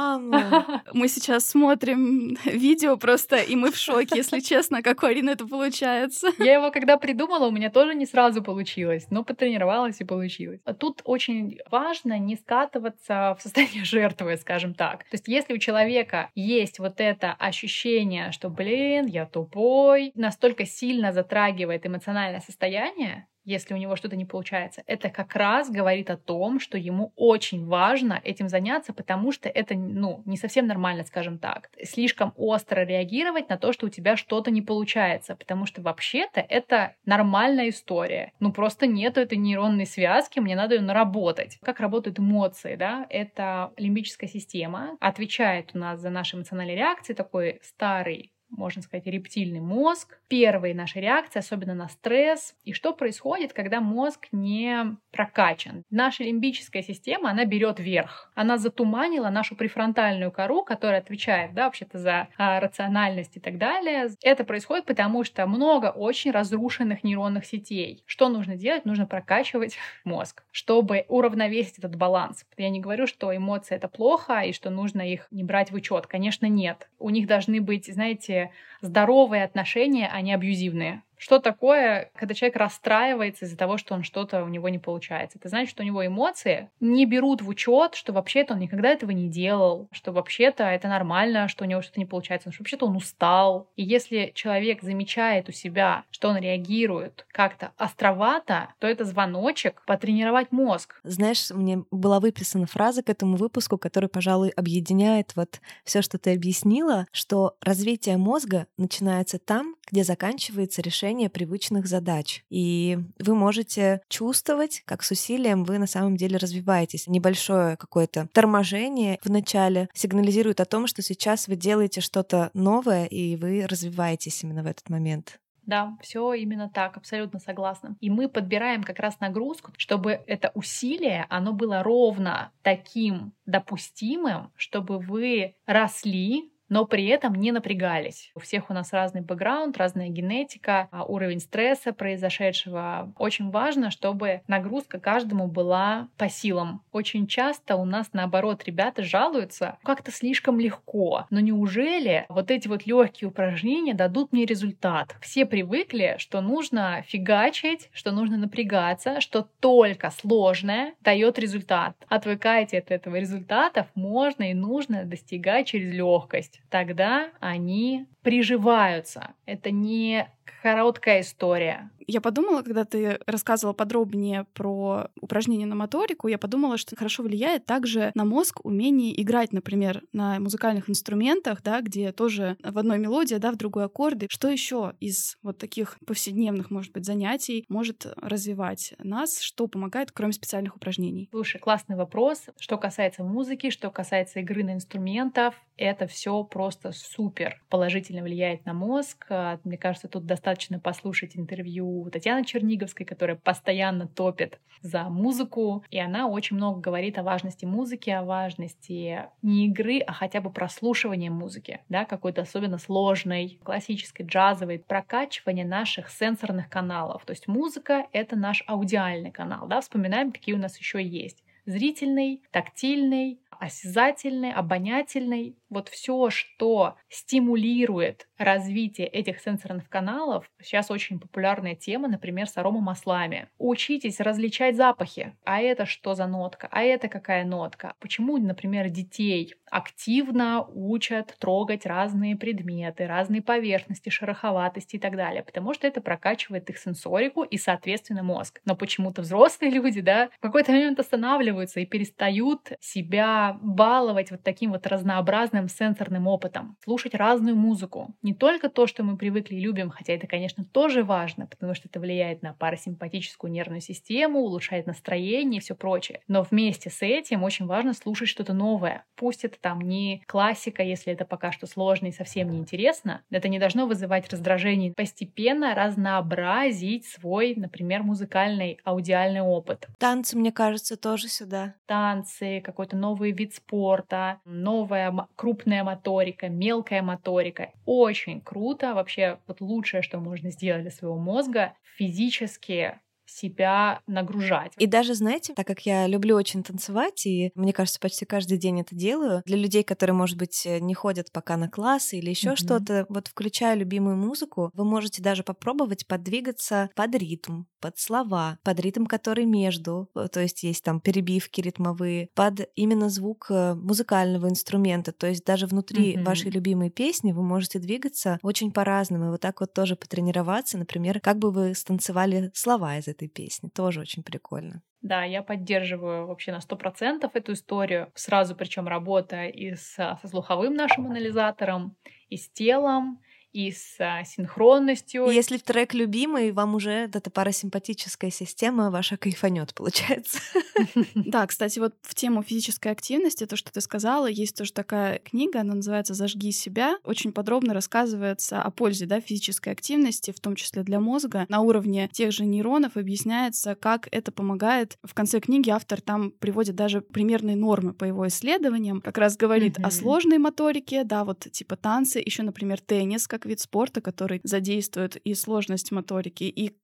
Мама! Мы сейчас смотрим видео просто, и мы в шоке, если честно, как у Арины это получается. Я его когда придумала, у меня тоже не сразу получилось, но потренировалась и получилось. А тут очень важно не скатываться в состояние жертвы, скажем так. То есть если у человека есть вот это ощущение, что, блин, я тупой, настолько сильно затрагивает эмоциональное состояние, если у него что-то не получается, это как раз говорит о том, что ему очень важно этим заняться, потому что это, ну, не совсем нормально, скажем так. Слишком остро реагировать на то, что у тебя что-то не получается, потому что вообще-то это нормальная история. Ну, просто нету этой нейронной связки, мне надо ее наработать. Как работают эмоции, да? Это лимбическая система, отвечает у нас за наши эмоциональные реакции, такой старый, можно сказать, рептильный мозг. Первые наши реакции, особенно на стресс. И что происходит, когда мозг не прокачан? Наша лимбическая система, она берет верх. Она затуманила нашу префронтальную кору, которая отвечает, да, вообще-то за а, рациональность и так далее. Это происходит потому, что много очень разрушенных нейронных сетей. Что нужно делать? Нужно прокачивать мозг, чтобы уравновесить этот баланс. Я не говорю, что эмоции — это плохо и что нужно их не брать в учет. Конечно, нет. У них должны быть, знаете, здоровые отношения, а не абьюзивные. Что такое, когда человек расстраивается из-за того, что он что-то у него не получается? Это значит, что у него эмоции не берут в учет, что вообще-то он никогда этого не делал, что вообще-то это нормально, что у него что-то не получается, что вообще-то он устал. И если человек замечает у себя, что он реагирует как-то островато, то это звоночек потренировать мозг. Знаешь, мне была выписана фраза к этому выпуску, которая, пожалуй, объединяет вот все, что ты объяснила, что развитие мозга начинается там, где заканчивается решение привычных задач. И вы можете чувствовать, как с усилием вы на самом деле развиваетесь. Небольшое какое-то торможение в начале сигнализирует о том, что сейчас вы делаете что-то новое, и вы развиваетесь именно в этот момент. Да, все именно так, абсолютно согласна. И мы подбираем как раз нагрузку, чтобы это усилие, оно было ровно таким допустимым, чтобы вы росли, но при этом не напрягались. У всех у нас разный бэкграунд, разная генетика, уровень стресса произошедшего. Очень важно, чтобы нагрузка каждому была по силам. Очень часто у нас, наоборот, ребята жалуются, как-то слишком легко. Но неужели вот эти вот легкие упражнения дадут мне результат? Все привыкли, что нужно фигачить, что нужно напрягаться, что только сложное дает результат. Отвыкайте от этого. Результатов можно и нужно достигать через легкость. Тогда они приживаются. Это не короткая история. Я подумала, когда ты рассказывала подробнее про упражнения на моторику, я подумала, что хорошо влияет также на мозг умение играть, например, на музыкальных инструментах, да, где тоже в одной мелодии, да, в другой аккорды. Что еще из вот таких повседневных, может быть, занятий может развивать нас, что помогает, кроме специальных упражнений? Слушай, классный вопрос. Что касается музыки, что касается игры на инструментах, это все просто супер положительно влияет на мозг. Мне кажется, тут достаточно послушать интервью Татьяны Черниговской, которая постоянно топит за музыку, и она очень много говорит о важности музыки, о важности не игры, а хотя бы прослушивания музыки, да, какой-то особенно сложной, классической, джазовой, прокачивания наших сенсорных каналов. То есть музыка — это наш аудиальный канал, да, вспоминаем, какие у нас еще есть. Зрительный, тактильный, осязательный, обонятельный. Вот все, что стимулирует развитие этих сенсорных каналов. Сейчас очень популярная тема, например, с аромамаслами. Учитесь различать запахи. А это что за нотка? А это какая нотка? Почему, например, детей активно учат трогать разные предметы, разные поверхности, шероховатости и так далее? Потому что это прокачивает их сенсорику и, соответственно, мозг. Но почему-то взрослые люди, да, в какой-то момент останавливаются и перестают себя баловать вот таким вот разнообразным сенсорным опытом. Слушать разную музыку. Не только то, что мы привыкли и любим, хотя это, конечно, тоже важно, потому что это влияет на парасимпатическую нервную систему, улучшает настроение и все прочее. Но вместе с этим очень важно слушать что-то новое. Пусть это там не классика, если это пока что сложно и совсем не интересно. Это не должно вызывать раздражение. Постепенно разнообразить свой, например, музыкальный, аудиальный опыт. Танцы, мне кажется, тоже сюда. Танцы, какой-то новый вид спорта, новая крупная моторика, мелкая моторика. Очень круто. Вообще, вот лучшее, что можно сделать для своего мозга, физически себя нагружать. И даже, знаете, так как я люблю очень танцевать, и, мне кажется, почти каждый день это делаю, для людей, которые, может быть, не ходят пока на классы или еще mm-hmm. что-то, вот включая любимую музыку, вы можете даже попробовать подвигаться под ритм, под слова, под ритм, который между, то есть есть там перебивки ритмовые, под именно звук музыкального инструмента, то есть даже внутри mm-hmm. вашей любимой песни вы можете двигаться очень по-разному, и вот так вот тоже потренироваться, например, как бы вы станцевали слова из этой песни. Тоже очень прикольно. Да, я поддерживаю вообще на сто процентов эту историю. Сразу причем работая и с, со слуховым нашим анализатором, и с телом, и с а, синхронностью. И если трек любимый, вам уже эта парасимпатическая система ваша кайфанет, получается. Да, кстати, вот в тему физической активности, то, что ты сказала, есть тоже такая книга, она называется «Зажги себя». Очень подробно рассказывается о пользе, да, физической активности, в том числе для мозга. На уровне тех же нейронов объясняется, как это помогает. В конце книги автор там приводит даже примерные нормы по его исследованиям, как раз говорит mm-hmm. о сложной моторике, да, вот типа танцы, еще, например, теннис, как вид спорта, который задействует и сложность моторики, и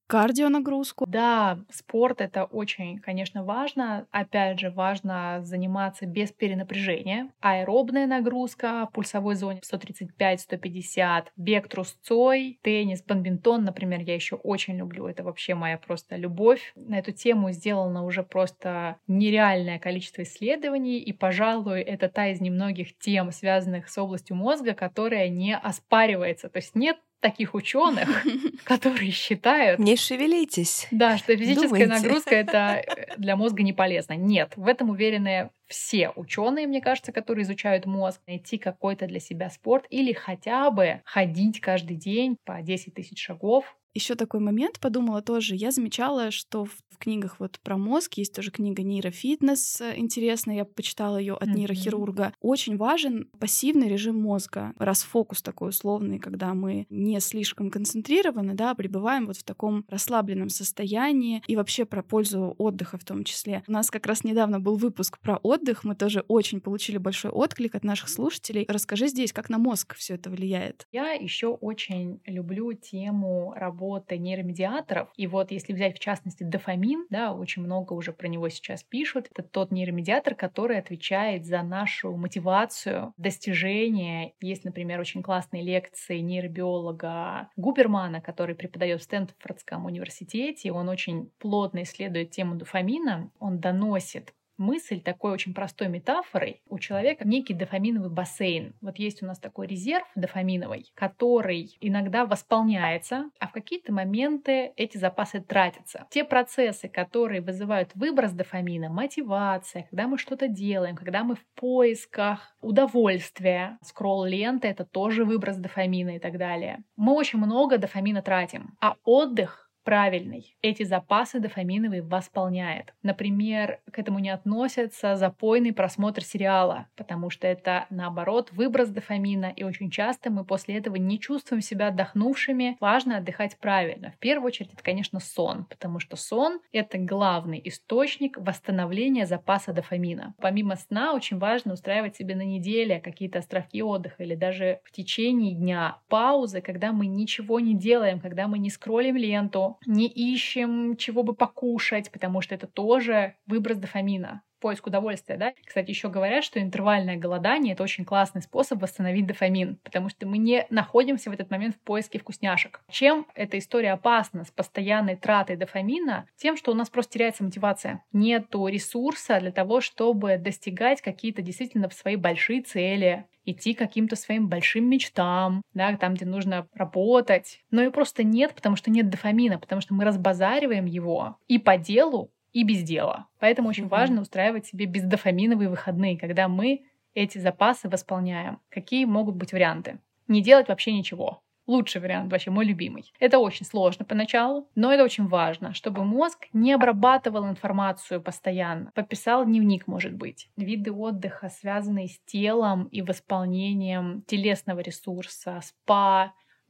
кардионагрузку. Да, спорт — это очень, конечно, важно. Опять же, важно заниматься без перенапряжения. Аэробная нагрузка в пульсовой зоне сто тридцать пять - сто пятьдесят, бег трусцой, теннис, бадминтон, например, я еще очень люблю. Это вообще моя просто любовь. На эту тему сделано уже просто нереальное количество исследований, и, пожалуй, это та из немногих тем, связанных с областью мозга, которая не оспаривается. То есть нет таких ученых, которые считают... Не шевелитесь. Да, что физическая Думайте. нагрузка — это для мозга не полезно. Нет, в этом уверены все ученые, мне кажется, которые изучают мозг. Найти какой-то для себя спорт или хотя бы ходить каждый день по десять тысяч шагов. Еще такой момент, подумала тоже, я замечала, что в, в книгах вот про мозг есть тоже книга «Нейрофитнес» интересная, я почитала ее от Mm-hmm. нейрохирурга. Очень важен пассивный режим мозга, расфокус такой условный, когда мы не слишком концентрированы, да, пребываем вот в таком расслабленном состоянии, и вообще про пользу отдыха в том числе. У нас как раз недавно был выпуск про отдых, мы тоже очень получили большой отклик от наших слушателей. Расскажи здесь, как на мозг все это влияет. Я еще очень люблю тему работы нейромедиаторов. И вот если взять в частности дофамин, да, очень много уже про него сейчас пишут, это тот нейромедиатор, который отвечает за нашу мотивацию, достижения. Есть, например, очень классные лекции нейробиолога Губермана, который преподает в Стэнфордском университете. Он очень плотно исследует тему дофамина. Он доносит мысль такой очень простой метафорой. У человека некий дофаминовый бассейн. Вот есть у нас такой резерв дофаминовый, который иногда восполняется, а в какие-то моменты эти запасы тратятся. Те процессы, которые вызывают выброс дофамина, мотивация, когда мы что-то делаем, когда мы в поисках удовольствия, скролл-лента — это тоже выброс дофамина и так далее. Мы очень много дофамина тратим, а отдых правильный эти запасы дофаминовые восполняет. Например, к этому не относится запойный просмотр сериала, потому что это, наоборот, выброс дофамина, и очень часто мы после этого не чувствуем себя отдохнувшими. Важно отдыхать правильно. В первую очередь, это, конечно, сон, потому что сон — это главный источник восстановления запаса дофамина. Помимо сна, очень важно устраивать себе на неделе какие-то островки отдыха или даже в течение дня паузы, когда мы ничего не делаем, когда мы не скроллим ленту, не ищем чего бы покушать, потому что это тоже выброс дофамина, поиск удовольствия, да. Кстати, еще говорят, что интервальное голодание — это очень классный способ восстановить дофамин, потому что мы не находимся в этот момент в поиске вкусняшек. Чем эта история опасна с постоянной тратой дофамина? Тем, что у нас просто теряется мотивация. Нету ресурса для того, чтобы достигать какие-то действительно свои большие цели, идти к каким-то своим большим мечтам, да, там, где нужно работать. Но и просто нет, потому что нет дофамина, потому что мы разбазариваем его и по делу, и без дела. Поэтому очень mm-hmm. важно устраивать себе бездофаминовые выходные, когда мы эти запасы восполняем. Какие могут быть варианты? Не делать вообще ничего. Лучший вариант, вообще мой любимый. Это очень сложно поначалу, но это очень важно, чтобы мозг не обрабатывал информацию постоянно. Пописал дневник, может быть. Виды отдыха, связанные с телом и восполнением телесного ресурса, спа,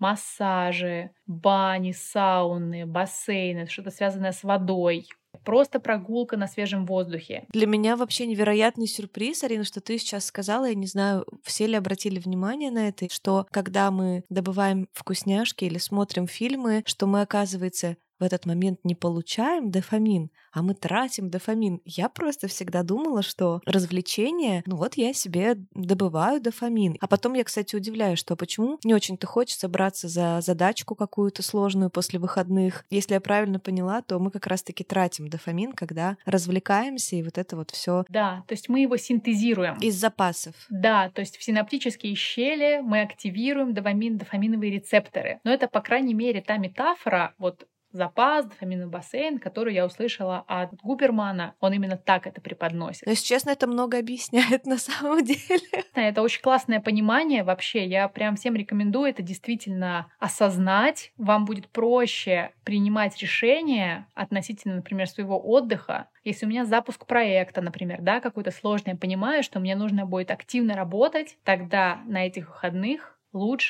массажи, бани, сауны, бассейны, что-то связанное с водой. Просто прогулка на свежем воздухе. Для меня вообще невероятный сюрприз, Арина, что ты сейчас сказала. Я не знаю, все ли обратили внимание на это, что когда мы добываем вкусняшки или смотрим фильмы, что мы, оказывается, в этот момент не получаем дофамин, а мы тратим дофамин. Я просто всегда думала, что развлечение, ну вот я себе добываю дофамин. А потом я, кстати, удивляюсь, что почему не очень-то хочется браться за задачку какую-то сложную после выходных. Если я правильно поняла, то мы как раз-таки тратим дофамин, когда развлекаемся, и вот это вот все. Да, то есть мы его синтезируем. Из запасов. Да, то есть в синаптические щели мы активируем дофамин, дофаминовые рецепторы. Но это, по крайней мере, та метафора, вот запас, дофаминовый бассейн, который я услышала от Губермана. Он именно так это преподносит. Но, если честно, это много объясняет на самом деле. Это очень классное понимание вообще. Я прям всем рекомендую это действительно осознать. Вам будет проще принимать решения относительно, например, своего отдыха. Если у меня запуск проекта, например, да, какой-то сложный, я понимаю, что мне нужно будет активно работать, тогда на этих выходных лучше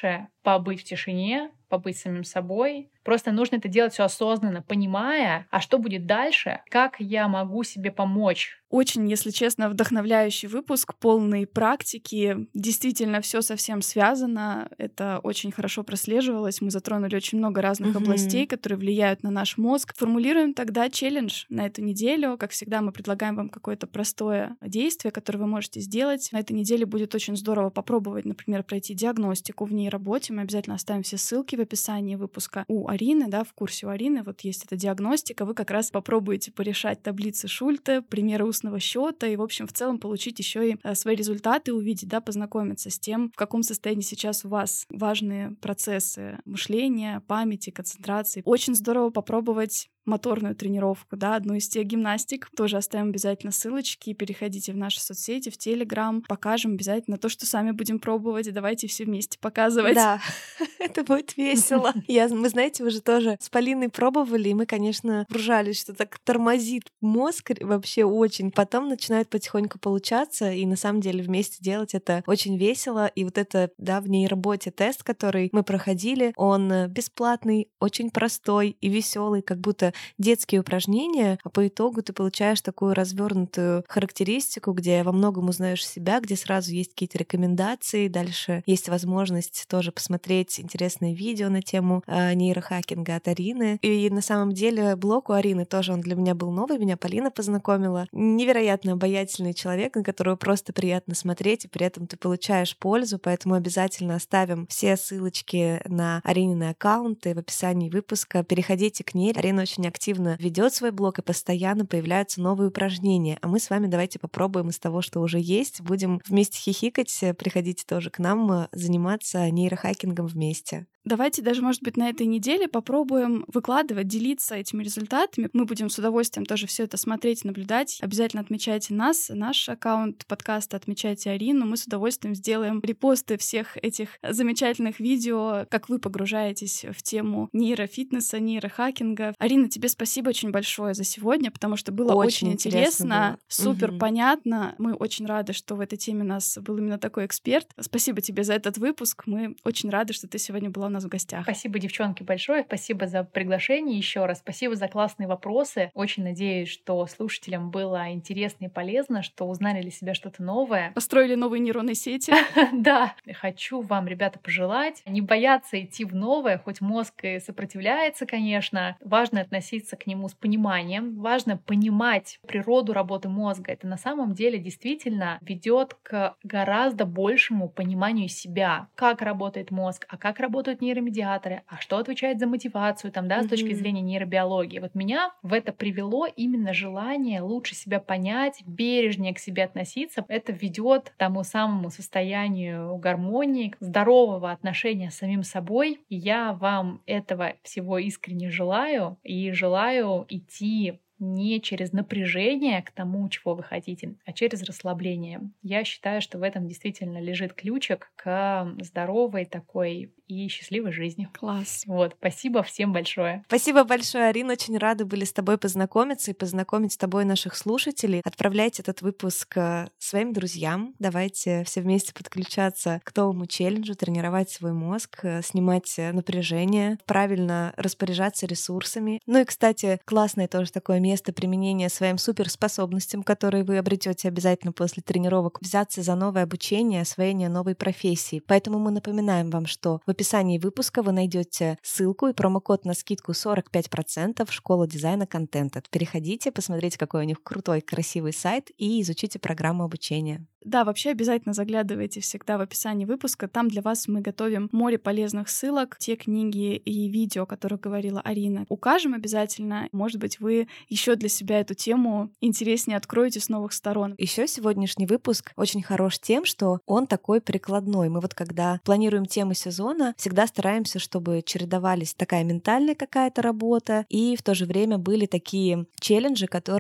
побыть в тишине, побыть самим собой. Просто нужно это делать все осознанно, понимая, а что будет дальше, как я могу себе помочь. Очень, если честно, вдохновляющий выпуск, полный практики. Действительно, все совсем связано. Это очень хорошо прослеживалось. Мы затронули очень много разных Мгм. областей, которые влияют на наш мозг. Формулируем тогда челлендж на эту неделю. Как всегда, мы предлагаем вам какое-то простое действие, которое вы можете сделать. На этой неделе будет очень здорово попробовать, например, пройти диагностику в нейроботе. Мы обязательно оставим все ссылки в описании выпуска у Арины, да, в курсе у Арины. Вот есть эта диагностика. Вы как раз попробуете порешать таблицы Шульта, примеры устного счета и, в общем, в целом получить еще и свои результаты, увидеть, да, познакомиться с тем, в каком состоянии сейчас у вас важные процессы мышления, памяти, концентрации. Очень здорово попробовать моторную тренировку, да, одну из тех гимнастик. Тоже оставим обязательно ссылочки. Переходите в наши соцсети, в Телеграм. Покажем обязательно то, что сами будем пробовать. Давайте все вместе показывать. Да, это будет весело. Я, мы, знаете, уже тоже с Полиной пробовали, и мы, конечно, вружались, что так тормозит мозг вообще очень. Потом начинает потихоньку получаться, и на самом деле вместе делать это очень весело. И вот это, да, в нейроботе тест, который мы проходили, он бесплатный, очень простой и веселый, как будто детские упражнения, а по итогу ты получаешь такую развернутую характеристику, где во многом узнаешь себя, где сразу есть какие-то рекомендации, дальше есть возможность тоже посмотреть интересные видео на тему э, нейрохакинга от Арины. И на самом деле блог у Арины тоже, он для меня был новый, меня Полина познакомила. Невероятно обаятельный человек, на которого просто приятно смотреть, и при этом ты получаешь пользу, поэтому обязательно оставим все ссылочки на Аринины аккаунты в описании выпуска. Переходите к ней. Арина очень активно ведет свой блог, и постоянно появляются новые упражнения. А мы с вами давайте попробуем из того, что уже есть. Будем вместе хихикать. Приходите тоже к нам заниматься нейрохакингом вместе. Давайте даже, может быть, на этой неделе попробуем выкладывать, делиться этими результатами. Мы будем с удовольствием тоже все это смотреть, наблюдать. Обязательно отмечайте нас, наш аккаунт подкаста, отмечайте Арину. Мы с удовольствием сделаем репосты всех этих замечательных видео, как вы погружаетесь в тему нейрофитнеса, нейрохакинга. Арина, тебе спасибо очень большое за сегодня, потому что было очень, очень интересно, интересно супер угу. понятно. Мы очень рады, что в этой теме у нас был именно такой эксперт. Спасибо тебе за этот выпуск. Мы очень рады, что ты сегодня была у нас в гостях. Спасибо, девчонки, большое. Спасибо за приглашение еще раз. Спасибо за классные вопросы. Очень надеюсь, что слушателям было интересно и полезно, что узнали для себя что-то новое. Построили новые нейронные сети. Да. Хочу вам, ребята, пожелать не бояться идти в новое, хоть мозг и сопротивляется, конечно. Важно относиться к нему с пониманием. Важно понимать природу работы мозга. Это на самом деле действительно ведет к гораздо большему пониманию себя. Как работает мозг, а как работают нейромедиаторы, а что отвечает за мотивацию, там, да, mm-hmm. с точки зрения нейробиологии. Вот меня в это привело именно желание лучше себя понять, бережнее к себе относиться. Это ведет к тому самому состоянию гармонии, здорового отношения с самим собой. И я вам этого всего искренне желаю, и желаю идти не через напряжение к тому, чего вы хотите, а через расслабление. Я считаю, что в этом действительно лежит ключик к здоровой такой и счастливой жизни. Класс. Вот, спасибо всем большое. Спасибо большое, Арина. Очень рады были с тобой познакомиться и познакомить с тобой наших слушателей. Отправляйте этот выпуск своим друзьям. Давайте все вместе подключаться к новому челленджу, тренировать свой мозг, снимать напряжение, правильно распоряжаться ресурсами. Ну и, кстати, классное тоже такое место применения своим суперспособностям, которые вы обретете обязательно после тренировок, взяться за новое обучение, освоение новой профессии. Поэтому мы напоминаем вам, что в описании выпуска вы найдете ссылку и промокод на скидку сорок пять процентов «Школа дизайна контента». Переходите, посмотрите, какой у них крутой, красивый сайт, и изучите программу обучения. Да, вообще обязательно заглядывайте всегда в описание выпуска. Там для вас мы готовим море полезных ссылок, те книги и видео, о которых говорила Арина. Укажем обязательно. Может быть, вы еще для себя эту тему интереснее откроете с новых сторон. Еще сегодняшний выпуск очень хорош тем, что он такой прикладной. Мы вот когда планируем темы сезона, всегда стараемся, чтобы чередовались такая ментальная какая-то работа, и в то же время были такие челленджи, которые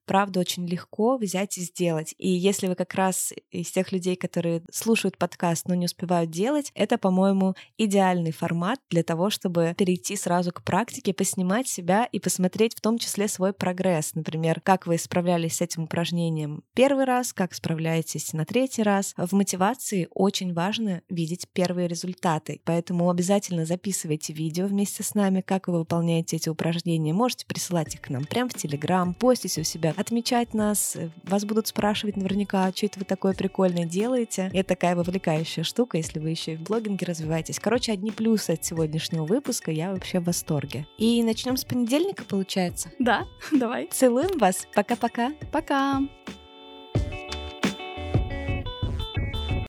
правда очень легко взять и сделать. И если вы как раз из тех людей, которые слушают подкаст, но не успевают делать, это, по-моему, идеальный формат для того, чтобы перейти сразу к практике, поснимать себя и посмотреть в том числе свой прогресс. Например, как вы справлялись с этим упражнением первый раз, как справляетесь на третий раз. В мотивации очень важно видеть первые результаты, поэтому обязательно записывайте видео вместе с нами, как вы выполняете эти упражнения. Можете присылать их к нам прямо в Телеграм, постить у себя, отмечать нас. Вас будут спрашивать наверняка, что это вы такое прикольное делаете. Это такая вовлекающая штука, если вы еще и в блогинге развиваетесь. Короче, одни плюсы от сегодняшнего выпуска. Я вообще в восторге. И начнем с понедельника, получается? Да, давай. Целуем вас. Пока-пока. Пока.